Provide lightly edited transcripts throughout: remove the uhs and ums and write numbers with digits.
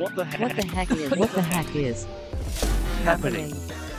What the heck? What the heck is? What the heck is Happening.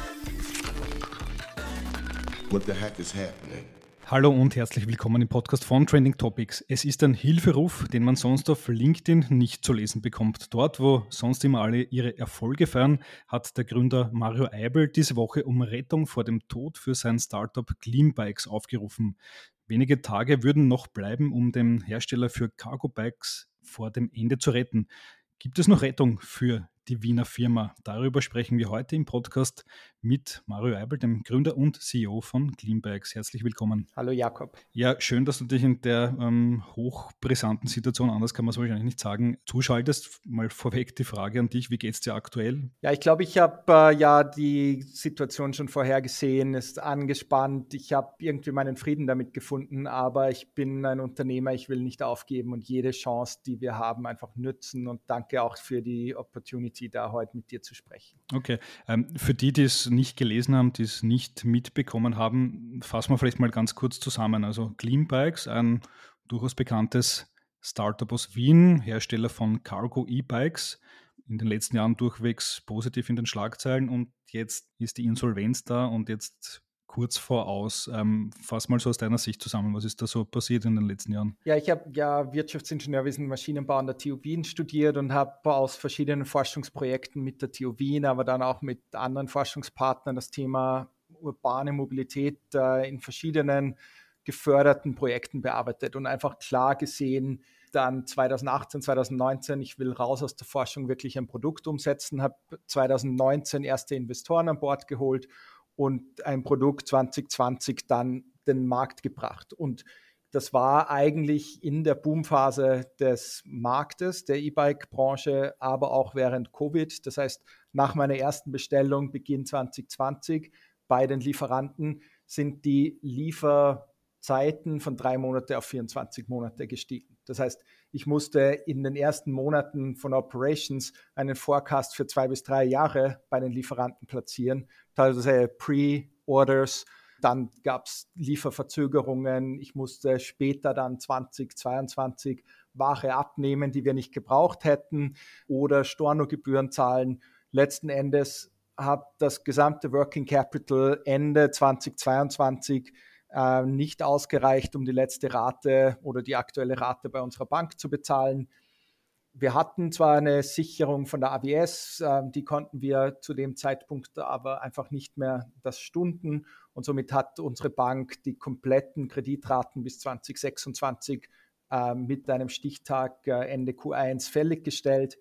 What the heck is happening? Hallo und herzlich willkommen im Podcast von Trending Topics. Es ist ein Hilferuf, den man sonst auf LinkedIn nicht zu lesen bekommt. Dort, wo sonst immer alle ihre Erfolge feiern, hat der Gründer Mario Eibel diese Woche um Rettung vor dem Tod für sein Startup Glimbikes aufgerufen. Wenige Tage würden noch bleiben, um den Hersteller für Cargo Bikes vor dem Ende zu retten. Gibt es noch Rettung für die Wiener Firma? Darüber sprechen wir heute im Podcast mit Mario Eibel, dem Gründer und CEO von Glimbikes. Herzlich willkommen. Hallo Jakob. Ja, schön, dass du dich in der hochbrisanten Situation, anders kann man es wahrscheinlich nicht sagen, zuschaltest. Mal vorweg die Frage an dich, wie geht es dir aktuell? Ja, ich glaube, ich habe die Situation schon vorhergesehen, ist angespannt. Ich habe irgendwie meinen Frieden damit gefunden, aber ich bin ein Unternehmer, ich will nicht aufgeben und jede Chance, die wir haben, einfach nützen. Und danke auch für die Opportunity, da heute mit dir zu sprechen. Okay, für die es nicht gelesen haben, die es nicht mitbekommen haben, fassen wir vielleicht mal ganz kurz zusammen. Also Glimbikes, ein durchaus bekanntes Startup aus Wien, Hersteller von Cargo E-Bikes, in den letzten Jahren durchwegs positiv in den Schlagzeilen und jetzt ist die Insolvenz da und jetzt kurz voraus. Fass mal so aus deiner Sicht zusammen, was ist da so passiert in den letzten Jahren? Ja, ich habe ja Wirtschaftsingenieurwesen Maschinenbau an der TU Wien studiert und habe aus verschiedenen Forschungsprojekten mit der TU Wien, aber dann auch mit anderen Forschungspartnern das Thema urbane Mobilität in verschiedenen geförderten Projekten bearbeitet und einfach klar gesehen, dann 2018, 2019, ich will raus aus der Forschung, wirklich ein Produkt umsetzen, habe 2019 erste Investoren an Bord geholt und ein Produkt 2020 dann den Markt gebracht. Und das war eigentlich in der Boomphase des Marktes, der E-Bike-Branche, aber auch während Covid. Das heißt, nach meiner ersten Bestellung, Beginn 2020, bei den Lieferanten sind die Lieferzeiten von 3 Monate auf 24 Monate gestiegen. Das heißt, ich musste in den ersten Monaten von Operations einen Forecast für 2 bis 3 Jahre bei den Lieferanten platzieren, teilweise Pre-Orders. Dann gab es Lieferverzögerungen. Ich musste später dann 2022 Ware abnehmen, die wir nicht gebraucht hätten oder Stornogebühren zahlen. Letzten Endes hat das gesamte Working Capital Ende 2022 nicht ausgereicht, um die letzte Rate oder die aktuelle Rate bei unserer Bank zu bezahlen. Wir hatten zwar eine Sicherung von der AWS, die konnten wir zu dem Zeitpunkt aber einfach nicht mehr das stunden und somit hat unsere Bank die kompletten Kreditraten bis 2026 mit einem Stichtag Ende Q1 fällig gestellt.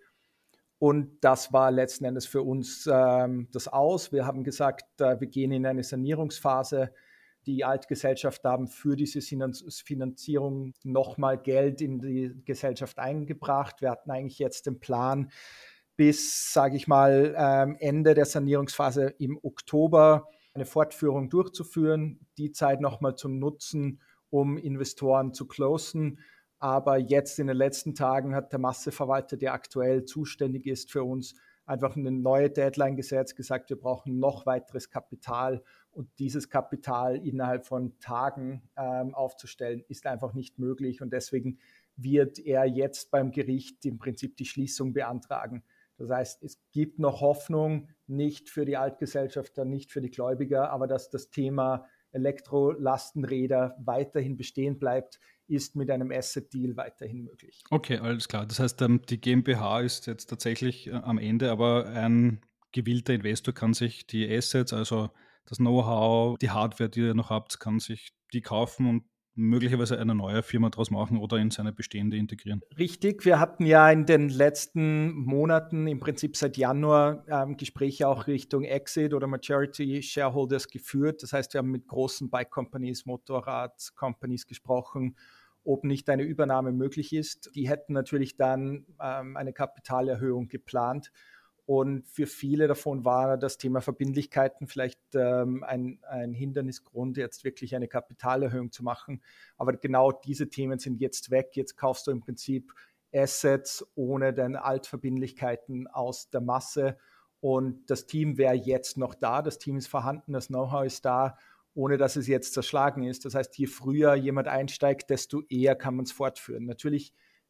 Und das war letzten Endes für uns das Aus. Wir haben gesagt, wir gehen in eine Sanierungsphase. Die Altgesellschaft haben für diese Finanzierung nochmal Geld in die Gesellschaft eingebracht. Wir hatten eigentlich jetzt den Plan, bis, sage ich mal, Ende der Sanierungsphase im Oktober eine Fortführung durchzuführen, die Zeit nochmal zum Nutzen, um Investoren zu closen. Aber jetzt in den letzten Tagen hat der Masseverwalter, der aktuell zuständig ist für uns, einfach eine neue Deadline gesetzt, gesagt, wir brauchen noch weiteres Kapital und dieses Kapital innerhalb von Tagen aufzustellen, ist einfach nicht möglich und deswegen wird er jetzt beim Gericht im Prinzip die Schließung beantragen. Das heißt, es gibt noch Hoffnung, nicht für die Altgesellschafter, nicht für die Gläubiger, aber dass das Thema Elektrolastenräder weiterhin bestehen bleibt, ist mit einem Asset-Deal weiterhin möglich. Okay, alles klar. Das heißt, die GmbH ist jetzt tatsächlich am Ende, aber ein gewillter Investor kann sich die Assets, also das Know-how, die Hardware, die ihr noch habt, kann sich die kaufen und möglicherweise eine neue Firma daraus machen oder in seine bestehende integrieren. Richtig, wir hatten ja in den letzten Monaten, im Prinzip seit Januar, Gespräche auch Richtung Exit oder Majority Shareholders geführt. Das heißt, wir haben mit großen Bike-Companies, Motorrad-Companies gesprochen, ob nicht eine Übernahme möglich ist. Die hätten natürlich dann eine Kapitalerhöhung geplant. Und für viele davon war das Thema Verbindlichkeiten vielleicht ein Hindernisgrund, jetzt wirklich eine Kapitalerhöhung zu machen. Aber genau diese Themen sind jetzt weg. Jetzt kaufst du im Prinzip Assets ohne deine Altverbindlichkeiten aus der Masse. Und das Team wäre jetzt noch da. Das Team ist vorhanden, das Know-how ist da, ohne dass es jetzt zerschlagen ist. Das heißt, je früher jemand einsteigt, desto eher kann man es fortführen. Natürlich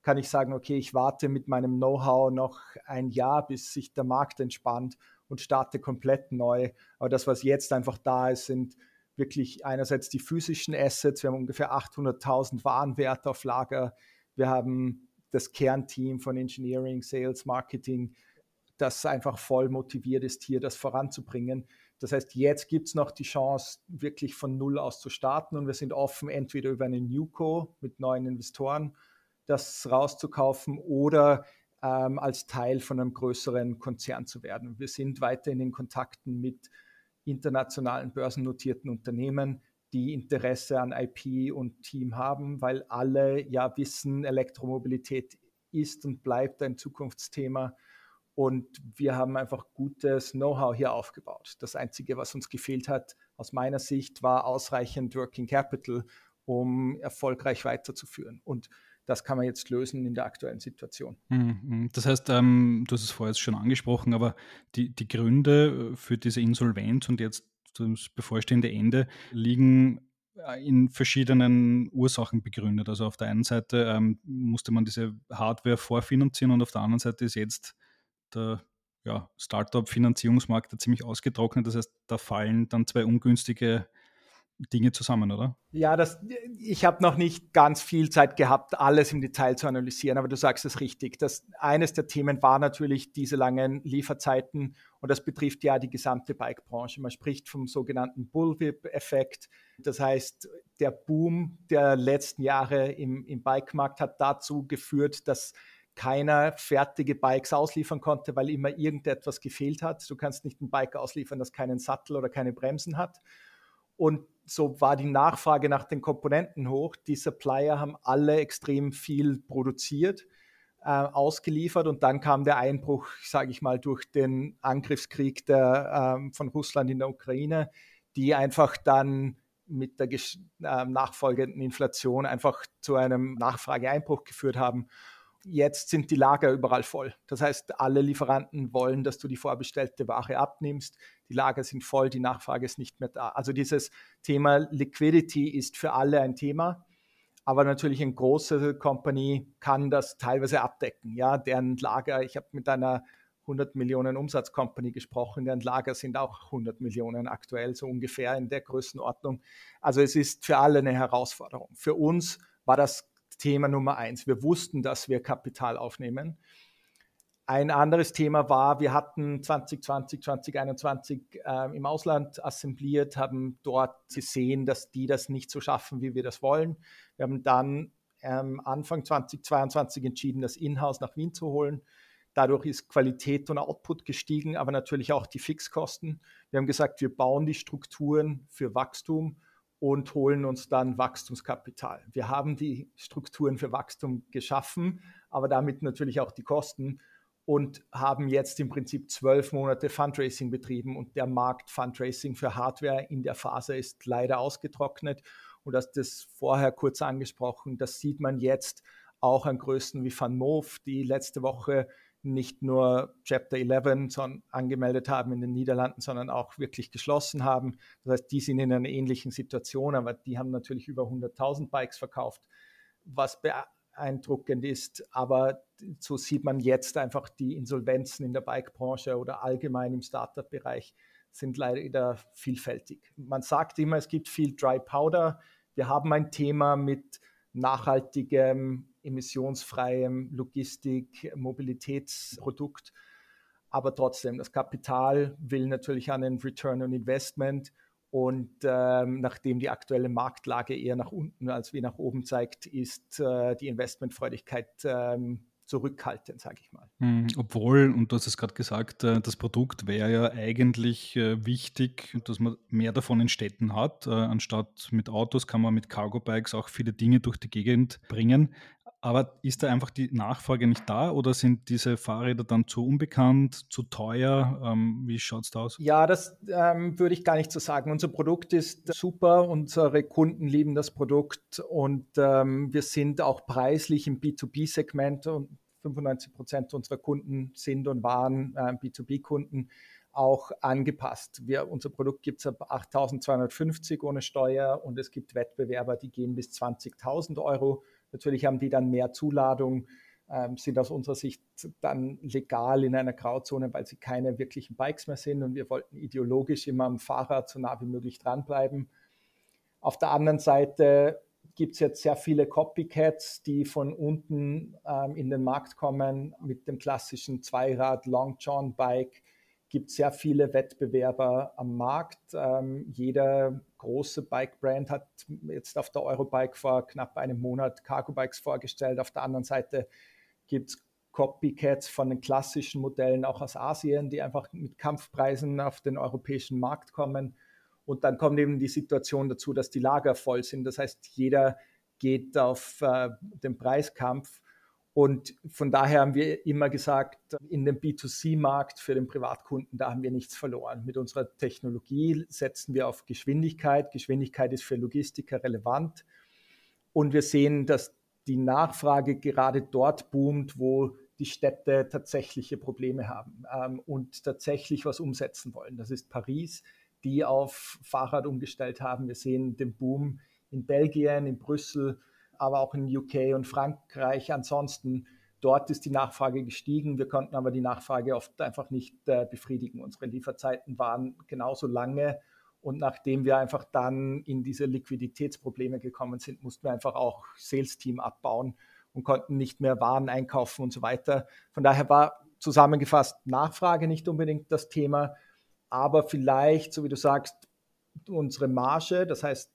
kann ich sagen, okay, ich warte mit meinem Know-how noch ein Jahr, bis sich der Markt entspannt und starte komplett neu. Aber das, was jetzt einfach da ist, sind wirklich einerseits die physischen Assets. Wir haben ungefähr 800.000 Warenwerte auf Lager. Wir haben das Kernteam von Engineering, Sales, Marketing, das einfach voll motiviert ist, hier das voranzubringen. Das heißt, jetzt gibt es noch die Chance, wirklich von Null aus zu starten und wir sind offen, entweder über eine Newco mit neuen Investoren das rauszukaufen oder als Teil von einem größeren Konzern zu werden. Wir sind weiterhin in Kontakten mit internationalen börsennotierten Unternehmen, die Interesse an IP und Team haben, weil alle ja wissen, Elektromobilität ist und bleibt ein Zukunftsthema. Und wir haben einfach gutes Know-how hier aufgebaut. Das Einzige, was uns gefehlt hat, aus meiner Sicht, war ausreichend Working Capital, um erfolgreich weiterzuführen. Und das kann man jetzt lösen in der aktuellen Situation. Das heißt, du hast es vorher jetzt schon angesprochen, aber die Gründe für diese Insolvenz und jetzt das bevorstehende Ende liegen in verschiedenen Ursachen begründet. Also auf der einen Seite musste man diese Hardware vorfinanzieren und auf der anderen Seite ist jetzt der Startup-Finanzierungsmarkt ziemlich ausgetrocknet. Das heißt, da fallen dann zwei ungünstige Dinge zusammen, oder? Ja, ich habe noch nicht ganz viel Zeit gehabt, alles im Detail zu analysieren, aber du sagst es richtig. Eines der Themen war natürlich diese langen Lieferzeiten und das betrifft ja die gesamte Bike-Branche. Man spricht vom sogenannten Bullwhip-Effekt. Das heißt, der Boom der letzten Jahre im Bike-Markt hat dazu geführt, dass keiner fertige Bikes ausliefern konnte, weil immer irgendetwas gefehlt hat. Du kannst nicht ein Bike ausliefern, das keinen Sattel oder keine Bremsen hat. Und so war die Nachfrage nach den Komponenten hoch. Die Supplier haben alle extrem viel produziert, ausgeliefert und dann kam der Einbruch, sage ich mal, durch den Angriffskrieg von Russland in der Ukraine, die einfach dann mit der nachfolgenden Inflation einfach zu einem Nachfrageeinbruch geführt haben. Jetzt sind die Lager überall voll. Das heißt, alle Lieferanten wollen, dass du die vorbestellte Ware abnimmst. Die Lager sind voll, die Nachfrage ist nicht mehr da. Also dieses Thema Liquidity ist für alle ein Thema. Aber natürlich eine große Company kann das teilweise abdecken. Ja, deren Lager, ich habe mit einer 100 Millionen Umsatz-Company gesprochen, deren Lager sind auch 100 Millionen aktuell, so ungefähr in der Größenordnung. Also es ist für alle eine Herausforderung. Für uns war das Thema Nummer 1. Wir wussten, dass wir Kapital aufnehmen. Ein anderes Thema war, wir hatten 2020, 2021 im Ausland assembliert, haben dort gesehen, dass die das nicht so schaffen, wie wir das wollen. Wir haben dann Anfang 2022 entschieden, das Inhouse nach Wien zu holen. Dadurch ist Qualität und Output gestiegen, aber natürlich auch die Fixkosten. Wir haben gesagt, wir bauen die Strukturen für Wachstum und holen uns dann Wachstumskapital. Wir haben die Strukturen für Wachstum geschaffen, aber damit natürlich auch die Kosten und haben jetzt im Prinzip 12 Monate Fundraising betrieben und der Markt Fundraising für Hardware in der Phase ist leider ausgetrocknet und das vorher kurz angesprochen, das sieht man jetzt auch an Größen wie VanMoof, die letzte Woche nicht nur Chapter 11 angemeldet haben in den Niederlanden, sondern auch wirklich geschlossen haben. Das heißt, die sind in einer ähnlichen Situation, aber die haben natürlich über 100.000 Bikes verkauft, was beeindruckend ist. Aber so sieht man jetzt einfach die Insolvenzen in der Bike-Branche oder allgemein im Startup-Bereich sind leider vielfältig. Man sagt immer, es gibt viel Dry Powder. Wir haben ein Thema mit nachhaltigem, emissionsfreiem Logistik-, Mobilitätsprodukt. Aber trotzdem, das Kapital will natürlich einen Return on Investment. Und nachdem die aktuelle Marktlage eher nach unten als wie nach oben zeigt, ist die Investmentfreudigkeit zurückhaltend, sage ich mal. Obwohl, und du hast es gerade gesagt, das Produkt wäre ja eigentlich wichtig, dass man mehr davon in Städten hat. Anstatt mit Autos kann man mit Cargo-Bikes auch viele Dinge durch die Gegend bringen. Aber ist da einfach die Nachfrage nicht da oder sind diese Fahrräder dann zu unbekannt, zu teuer? Wie schaut es da aus? Ja, das würde ich gar nicht so sagen. Unser Produkt ist super, unsere Kunden lieben das Produkt und wir sind auch preislich im B2B-Segment und 95% unserer Kunden sind und waren B2B-Kunden. auch angepasst. Unser Produkt gibt es ab 8.250 ohne Steuer und es gibt Wettbewerber, die gehen bis 20.000 Euro. Natürlich haben die dann mehr Zuladung, sind aus unserer Sicht dann legal in einer Grauzone, weil sie keine wirklichen Bikes mehr sind und wir wollten ideologisch immer am Fahrer so nah wie möglich dranbleiben. Auf der anderen Seite gibt es jetzt sehr viele Copycats, die von unten in den Markt kommen mit dem klassischen Zweirad Long John Bike. Gibt sehr viele Wettbewerber am Markt. Jeder große Bike-Brand hat jetzt auf der Eurobike vor knapp einem Monat Cargo-Bikes vorgestellt. Auf der anderen Seite gibt es Copycats von den klassischen Modellen auch aus Asien, die einfach mit Kampfpreisen auf den europäischen Markt kommen. Und dann kommt eben die Situation dazu, dass die Lager voll sind. Das heißt, jeder geht auf den Preiskampf. Und von daher haben wir immer gesagt, in dem B2C-Markt für den Privatkunden, da haben wir nichts verloren. Mit unserer Technologie setzen wir auf Geschwindigkeit. Geschwindigkeit ist für Logistiker relevant. Und wir sehen, dass die Nachfrage gerade dort boomt, wo die Städte tatsächliche Probleme haben und tatsächlich was umsetzen wollen. Das ist Paris, die auf Fahrrad umgestellt haben. Wir sehen den Boom in Belgien, in Brüssel, aber auch in UK und Frankreich. Ansonsten, dort ist die Nachfrage gestiegen. Wir konnten aber die Nachfrage oft einfach nicht befriedigen. Unsere Lieferzeiten waren genauso lange. Und nachdem wir einfach dann in diese Liquiditätsprobleme gekommen sind, mussten wir einfach auch Sales-Team abbauen und konnten nicht mehr Waren einkaufen und so weiter. Von daher war zusammengefasst Nachfrage nicht unbedingt das Thema, aber vielleicht, so wie du sagst, unsere Marge. Das heißt,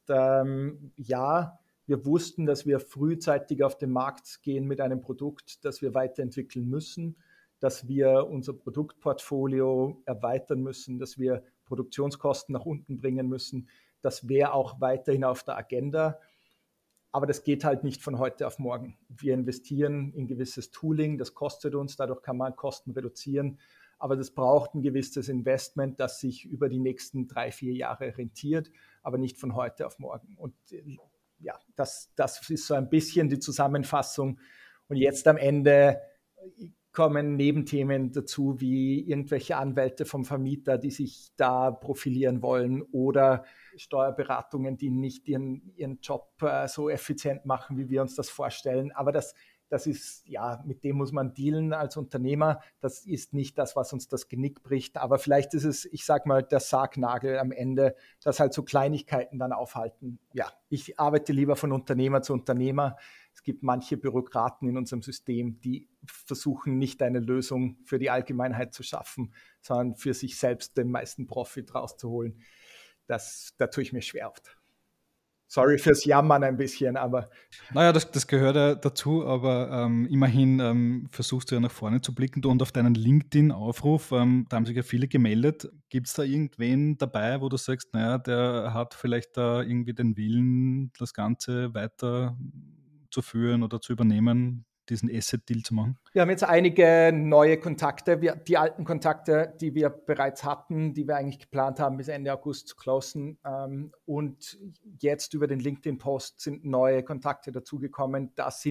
ja, wir wussten, dass wir frühzeitig auf den Markt gehen mit einem Produkt, das wir weiterentwickeln müssen, dass wir unser Produktportfolio erweitern müssen, dass wir Produktionskosten nach unten bringen müssen. Das wäre auch weiterhin auf der Agenda. Aber das geht halt nicht von heute auf morgen. Wir investieren in gewisses Tooling, das kostet uns, dadurch kann man Kosten reduzieren. Aber das braucht ein gewisses Investment, das sich über die nächsten 3-4 Jahre rentiert, aber nicht von heute auf morgen. Und ja, das ist so ein bisschen die Zusammenfassung. Und jetzt am Ende kommen Nebenthemen dazu, wie irgendwelche Anwälte vom Vermieter, die sich da profilieren wollen oder Steuerberatungen, die nicht ihren Job so effizient machen, wie wir uns das vorstellen. Aber das ist, ja, mit dem muss man dealen als Unternehmer. Das ist nicht das, was uns das Genick bricht. Aber vielleicht ist es, ich sag mal, der Sargnagel am Ende, dass halt so Kleinigkeiten dann aufhalten. Ja, ich arbeite lieber von Unternehmer zu Unternehmer. Es gibt manche Bürokraten in unserem System, die versuchen, nicht eine Lösung für die Allgemeinheit zu schaffen, sondern für sich selbst den meisten Profit rauszuholen. Da tue ich mir schwer oft. Sorry fürs Jammern ein bisschen, aber... Naja, das gehört ja dazu, aber immerhin versuchst du ja nach vorne zu blicken. Und auf deinen LinkedIn-Aufruf, da haben sich ja viele gemeldet. Gibt es da irgendwen dabei, wo du sagst, naja, der hat vielleicht da irgendwie den Willen, das Ganze weiter zu führen oder zu übernehmen, diesen Asset-Deal zu machen? Wir haben jetzt einige neue Kontakte. Die alten Kontakte, die wir bereits hatten, die wir eigentlich geplant haben, bis Ende August zu closen. Und jetzt über den LinkedIn-Post sind neue Kontakte dazugekommen.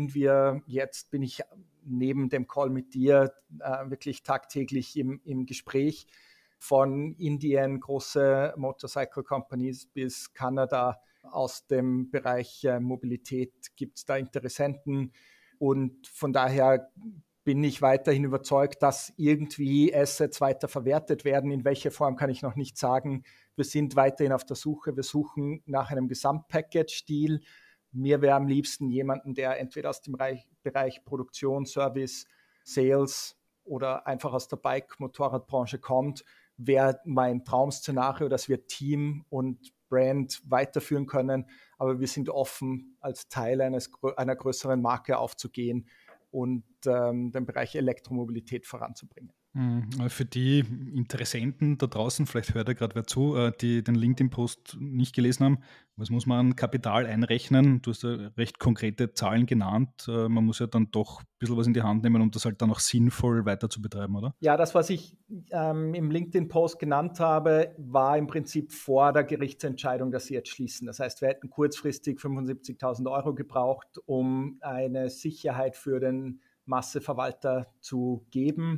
Bin ich neben dem Call mit dir wirklich tagtäglich im Gespräch. Von Indien, große Motorcycle Companies bis Kanada. Aus dem Bereich Mobilität gibt es da Interessenten. Und von daher bin ich weiterhin überzeugt, dass irgendwie Assets weiter verwertet werden. In welcher Form kann ich noch nicht sagen. Wir sind weiterhin auf der Suche. Wir suchen nach einem Gesamtpackage-Deal. Mir wäre am liebsten jemanden, der entweder aus dem Bereich Produktion, Service, Sales oder einfach aus der Bike-Motorradbranche kommt, wäre mein Traum-Szenario, dass wir Team und Brand weiterführen können, aber wir sind offen, als Teil einer größeren Marke aufzugehen und den Bereich Elektromobilität voranzubringen. Für die Interessenten da draußen, vielleicht hört ja gerade wer zu, die den LinkedIn-Post nicht gelesen haben, was muss man an Kapital einrechnen? Du hast ja recht konkrete Zahlen genannt. Man muss ja dann doch ein bisschen was in die Hand nehmen, um das halt dann auch sinnvoll weiter zu betreiben, oder? Ja, das, was ich im LinkedIn-Post genannt habe, war im Prinzip vor der Gerichtsentscheidung, dass sie jetzt schließen. Das heißt, wir hätten kurzfristig 75.000 Euro gebraucht, um eine Sicherheit für den Masseverwalter zu geben.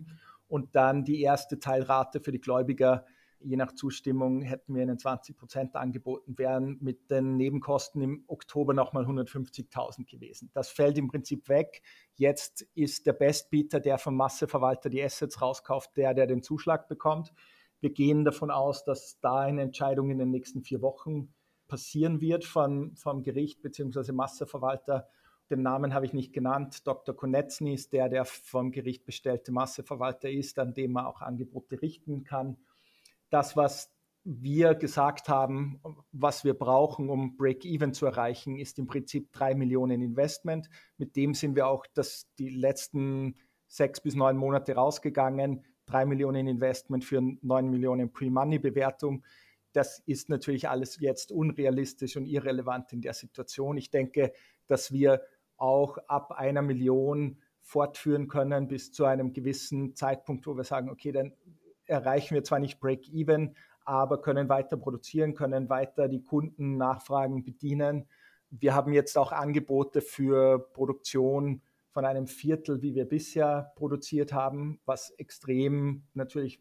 Und dann die erste Teilrate für die Gläubiger, je nach Zustimmung hätten wir ihnen 20% angeboten, wären mit den Nebenkosten im Oktober nochmal 150.000 gewesen. Das fällt im Prinzip weg. Jetzt ist der Bestbieter, der vom Masseverwalter die Assets rauskauft, der den Zuschlag bekommt. Wir gehen davon aus, dass da eine Entscheidung in den nächsten 4 Wochen passieren wird vom Gericht bzw. Masseverwalter. Den Namen habe ich nicht genannt. Dr. Konecny ist der vom Gericht bestellte Masseverwalter ist, an dem man auch Angebote richten kann. Das, was wir gesagt haben, was wir brauchen, um Break-Even zu erreichen, ist im Prinzip 3 Millionen Investment. Mit dem sind wir auch die letzten 6 bis 9 Monate rausgegangen. 3 Millionen Investment für 9 Millionen Pre-Money-Bewertung. Das ist natürlich alles jetzt unrealistisch und irrelevant in der Situation. Ich denke, dass wir auch ab 1 Million fortführen können bis zu einem gewissen Zeitpunkt, wo wir sagen, okay, dann erreichen wir zwar nicht Break-Even, aber können weiter produzieren, können weiter die Kundennachfragen bedienen. Wir haben jetzt auch Angebote für Produktion von einem Viertel, wie wir bisher produziert haben, was extrem natürlich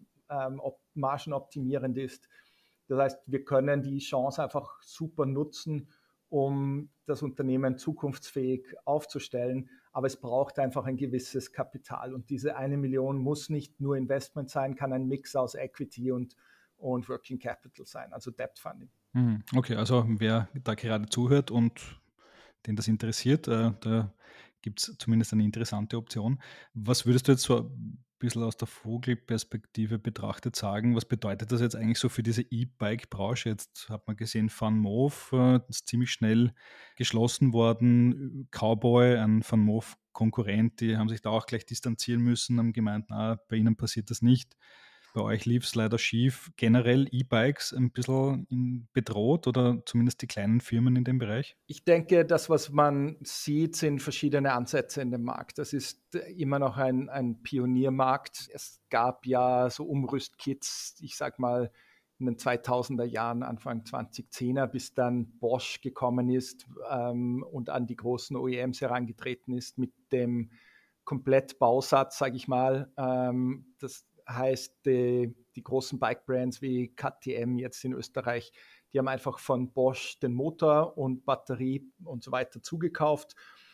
margenoptimierend ist. Das heißt, wir können die Chance einfach super nutzen, um das Unternehmen zukunftsfähig aufzustellen. Aber es braucht einfach ein gewisses Kapital. Und diese 1 Million muss nicht nur Investment sein, kann ein Mix aus Equity und Working Capital sein, also Debt Funding. Okay, also wer da gerade zuhört und den das interessiert, da gibt es zumindest eine interessante Option. Was würdest du jetzt so ein bisschen aus der Vogelperspektive betrachtet sagen? Was bedeutet das jetzt eigentlich so für diese E-Bike-Branche? Jetzt hat man gesehen, VanMoof ist ziemlich schnell geschlossen worden. Cowboy, ein VanMoof-Konkurrent, die haben sich da auch gleich distanzieren müssen, haben gemeint, na, bei ihnen passiert das nicht. Bei euch lief es leider schief. Generell E-Bikes ein bisschen bedroht oder zumindest die kleinen Firmen in dem Bereich? Ich denke, das, was man sieht, sind verschiedene Ansätze in dem Markt. Das ist immer noch ein Pioniermarkt. Es gab ja so Umrüstkits, ich sag mal, in den 2000er Jahren, Anfang 2010er, bis dann Bosch gekommen ist und an die großen OEMs herangetreten ist mit dem Komplettbausatz, sage ich mal. Das heißt, die großen Bike-Brands wie KTM jetzt in Österreich, die haben einfach von Bosch den Motor und Batterie und so weiter zugekauft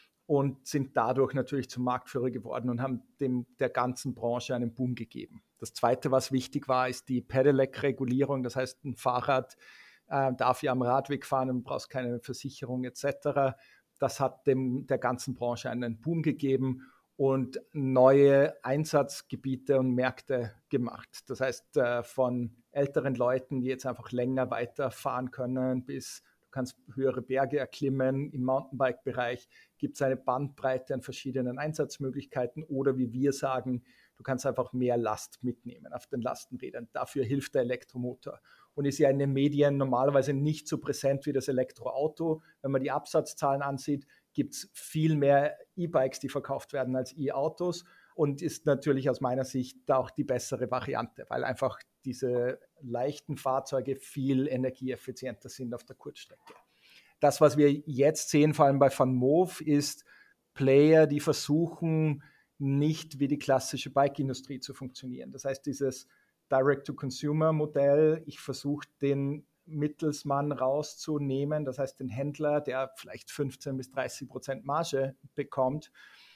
und sind dadurch natürlich zum Marktführer geworden und haben der ganzen Branche einen Boom gegeben. Das Zweite, was wichtig war, ist die Pedelec-Regulierung. Das heißt, ein Fahrrad darf ja am Radweg fahren und brauchst keine Versicherung etc. Das hat der ganzen Branche einen Boom gegeben und neue Einsatzgebiete und Märkte gemacht. Das heißt, von älteren Leuten, die jetzt einfach länger weiterfahren können, bis du kannst höhere Berge erklimmen. Im Mountainbike-Bereich gibt es eine Bandbreite an verschiedenen Einsatzmöglichkeiten oder wie wir sagen, du kannst einfach mehr Last mitnehmen auf den Lastenrädern. Dafür hilft der Elektromotor und ist ja in den Medien normalerweise nicht so präsent wie das Elektroauto. Wenn man die Absatzzahlen ansieht, gibt es viel mehr E-Bikes, die verkauft werden als E-Autos und ist natürlich aus meiner Sicht auch die bessere Variante, weil einfach diese leichten Fahrzeuge viel energieeffizienter sind auf der Kurzstrecke. Das, was wir jetzt sehen, vor allem bei VanMoof, ist Player, die versuchen, nicht wie die klassische Bike-Industrie zu funktionieren. Das heißt, dieses Direct-to-Consumer-Modell, ich versuche den Mittelsmann rauszunehmen, das heißt den Händler, der vielleicht 15-30% Marge bekommt,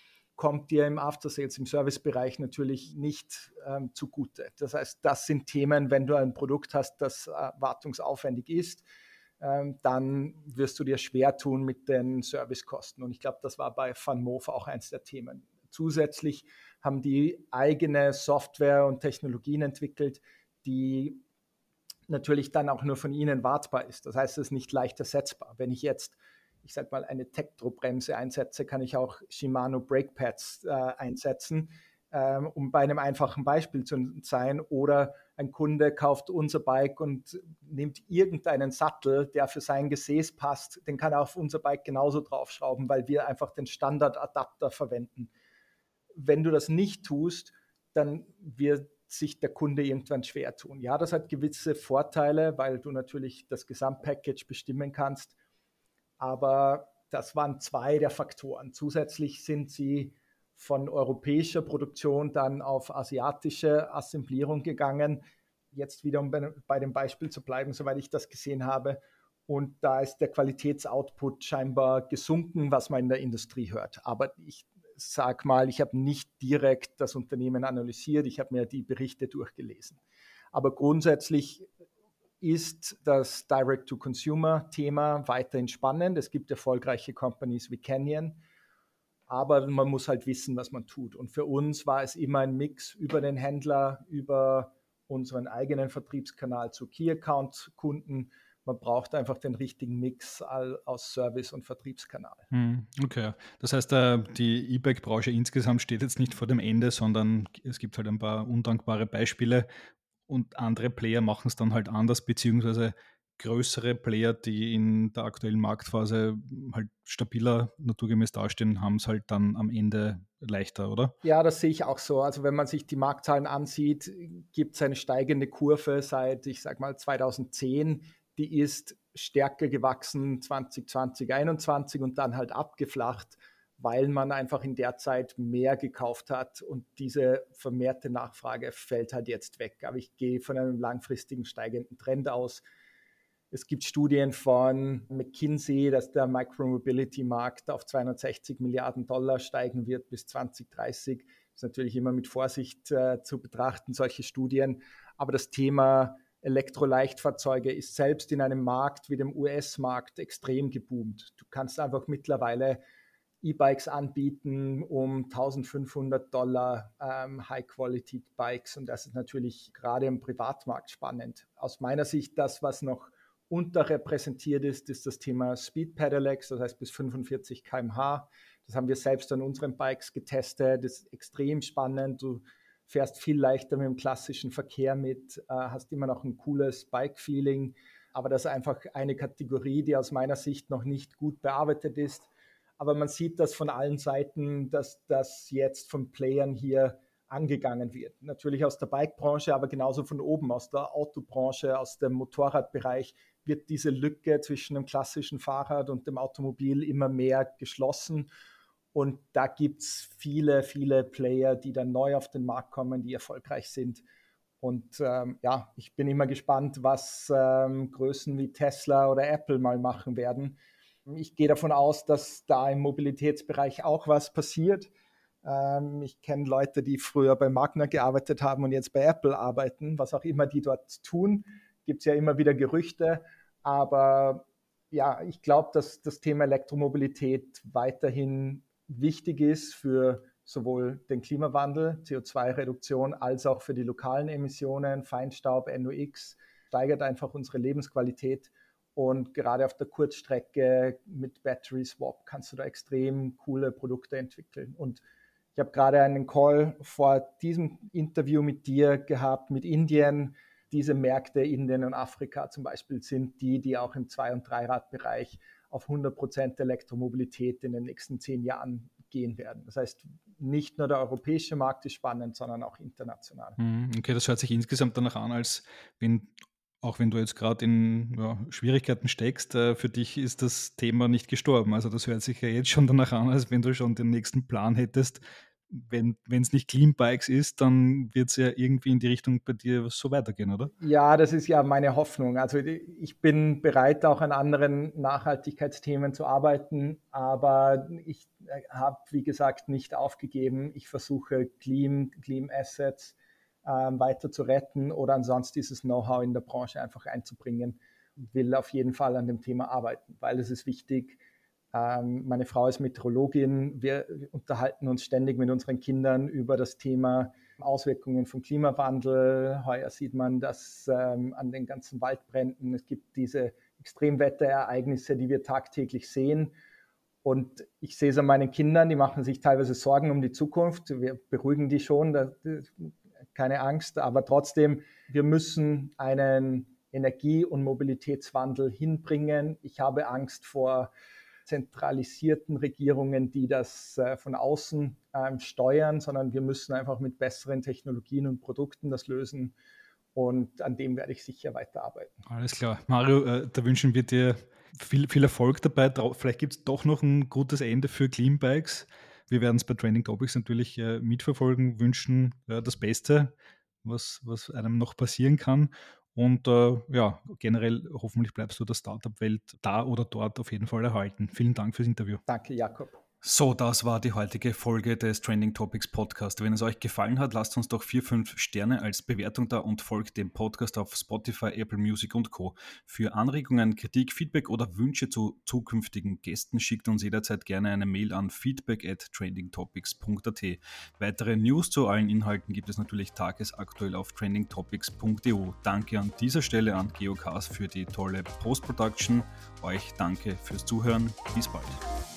kommt dir im After-Sales, im Servicebereich natürlich nicht zugute. Das heißt, das sind Themen, wenn du ein Produkt hast, das wartungsaufwendig ist, dann wirst du dir schwer tun mit den Servicekosten. Und ich glaube, das war bei VanMoof auch eins der Themen. Zusätzlich haben die eigene Software und Technologien entwickelt, die natürlich dann auch nur von ihnen wartbar ist. Das heißt, es ist nicht leicht ersetzbar. Wenn ich jetzt, ich sage mal, eine Tektro-Bremse einsetze, kann ich auch Shimano Brakepads einsetzen, um bei einem einfachen Beispiel zu sein. Oder ein Kunde kauft unser Bike und nimmt irgendeinen Sattel, der für sein Gesäß passt, den kann er auf unser Bike genauso draufschrauben, weil wir einfach den Standardadapter verwenden. Wenn du das nicht tust, dann wird sich der Kunde irgendwann schwer tun. Ja, das hat gewisse Vorteile, weil du natürlich das Gesamtpackage bestimmen kannst, aber das waren 2 der Faktoren. Zusätzlich sind sie von europäischer Produktion dann auf asiatische Assemblierung gegangen. Jetzt wieder, um bei dem Beispiel zu bleiben, soweit ich das gesehen habe. Und da ist der Qualitätsoutput scheinbar gesunken, was man in der Industrie hört. Aber ich sage mal, ich habe nicht direkt das Unternehmen analysiert, ich habe mir die Berichte durchgelesen. Aber grundsätzlich ist das Direct-to-Consumer-Thema weiterhin spannend. Es gibt erfolgreiche Companies wie Canyon, aber man muss halt wissen, was man tut. Und für uns war es immer ein Mix über den Händler, über unseren eigenen Vertriebskanal zu Key-Account-Kunden. Man braucht einfach den richtigen Mix aus Service- und Vertriebskanal. Okay, das heißt, die E-Bike-Branche insgesamt steht jetzt nicht vor dem Ende, sondern es gibt halt ein paar undankbare Beispiele und andere Player machen es dann halt anders, beziehungsweise größere Player, die in der aktuellen Marktphase halt stabiler naturgemäß dastehen, haben es halt dann am Ende leichter, oder? Ja, das sehe ich auch so. Also wenn man sich die Marktzahlen ansieht, gibt es eine steigende Kurve seit, ich sage mal, 2010. Die ist stärker gewachsen 2020, 2021 und dann halt abgeflacht, weil man einfach in der Zeit mehr gekauft hat und diese vermehrte Nachfrage fällt halt jetzt weg. Aber ich gehe von einem langfristigen steigenden Trend aus. Es gibt Studien von McKinsey, dass der Micromobility-Markt auf 260 Milliarden Dollar steigen wird bis 2030. Das ist natürlich immer mit Vorsicht zu betrachten, solche Studien. Aber das Thema Elektroleichtfahrzeuge ist selbst in einem Markt wie dem US-Markt extrem geboomt. Du kannst einfach mittlerweile E-Bikes anbieten um $1.500 High-Quality-Bikes und das ist natürlich gerade im Privatmarkt spannend. Aus meiner Sicht das, was noch unterrepräsentiert ist das Thema Speed Pedelecs, das heißt bis 45 km/h. Das haben wir selbst an unseren Bikes getestet. Das ist extrem spannend. Du fährst viel leichter mit dem klassischen Verkehr mit, hast immer noch ein cooles Bike-Feeling. Aber das ist einfach eine Kategorie, die aus meiner Sicht noch nicht gut bearbeitet ist. Aber man sieht das von allen Seiten, dass das jetzt von Playern hier angegangen wird. Natürlich aus der Bike-Branche, aber genauso von oben, aus der Autobranche, aus dem Motorradbereich wird diese Lücke zwischen dem klassischen Fahrrad und dem Automobil immer mehr geschlossen. Und da gibt es viele, viele Player, die dann neu auf den Markt kommen, die erfolgreich sind. Und ja, ich bin immer gespannt, was Größen wie Tesla oder Apple mal machen werden. Ich gehe davon aus, dass da im Mobilitätsbereich auch was passiert. Ich kenne Leute, die früher bei Magna gearbeitet haben und jetzt bei Apple arbeiten, was auch immer die dort tun. Gibt es ja immer wieder Gerüchte. Aber ja, ich glaube, dass das Thema Elektromobilität weiterhin wichtig ist für sowohl den Klimawandel, CO2-Reduktion, als auch für die lokalen Emissionen, Feinstaub, NOx, steigert einfach unsere Lebensqualität. Und gerade auf der Kurzstrecke mit Battery Swap kannst du da extrem coole Produkte entwickeln. Und ich habe gerade einen Call vor diesem Interview mit dir gehabt, mit Indien. Diese Märkte, Indien und Afrika zum Beispiel, sind die auch im Zwei- und Dreiradbereich auf 100% Elektromobilität in den nächsten 10 Jahren gehen werden. Das heißt, nicht nur der europäische Markt ist spannend, sondern auch international. Okay, das hört sich insgesamt danach an, als wenn, auch wenn du jetzt gerade in Schwierigkeiten steckst, für dich ist das Thema nicht gestorben. Also das hört sich ja jetzt schon danach an, als wenn du schon den nächsten Plan hättest. Wenn es nicht Clean Bikes ist, dann wird es ja irgendwie in die Richtung bei dir so weitergehen, oder? Ja, das ist ja meine Hoffnung. Also ich bin bereit, auch an anderen Nachhaltigkeitsthemen zu arbeiten, aber ich habe, wie gesagt, nicht aufgegeben. Ich versuche Clean Assets weiter zu retten oder ansonsten dieses Know-how in der Branche einfach einzubringen. Will auf jeden Fall an dem Thema arbeiten, weil es ist wichtig. Meine Frau ist Meteorologin. Wir unterhalten uns ständig mit unseren Kindern über das Thema Auswirkungen vom Klimawandel. Heuer sieht man das an den ganzen Waldbränden. Es gibt diese Extremwetterereignisse, die wir tagtäglich sehen. Und ich sehe es an meinen Kindern, die machen sich teilweise Sorgen um die Zukunft. Wir beruhigen die schon, keine Angst. Aber trotzdem, wir müssen einen Energie- und Mobilitätswandel hinbringen. Ich habe Angst vor zentralisierten Regierungen, die das von außen steuern, sondern wir müssen einfach mit besseren Technologien und Produkten das lösen und an dem werde ich sicher weiterarbeiten. Alles klar. Mario, da wünschen wir dir viel, viel Erfolg dabei. Vielleicht gibt es doch noch ein gutes Ende für Clean Bikes. Wir werden es bei Trending Topics natürlich mitverfolgen, wünschen das Beste, was einem noch passieren kann. Und generell hoffentlich bleibst du der Startup-Welt da oder dort auf jeden Fall erhalten. Vielen Dank fürs Interview. Danke, Jakob. So, das war die heutige Folge des Trending Topics Podcast. Wenn es euch gefallen hat, lasst uns doch 4-5 Sterne als Bewertung da und folgt dem Podcast auf Spotify, Apple Music und Co. Für Anregungen, Kritik, Feedback oder Wünsche zu zukünftigen Gästen schickt uns jederzeit gerne eine Mail an feedback@trendingtopics.at. Weitere News zu allen Inhalten gibt es natürlich tagesaktuell auf trendingtopics.eu. Danke an dieser Stelle an Geocast für die tolle Post-Production. Euch danke fürs Zuhören. Bis bald.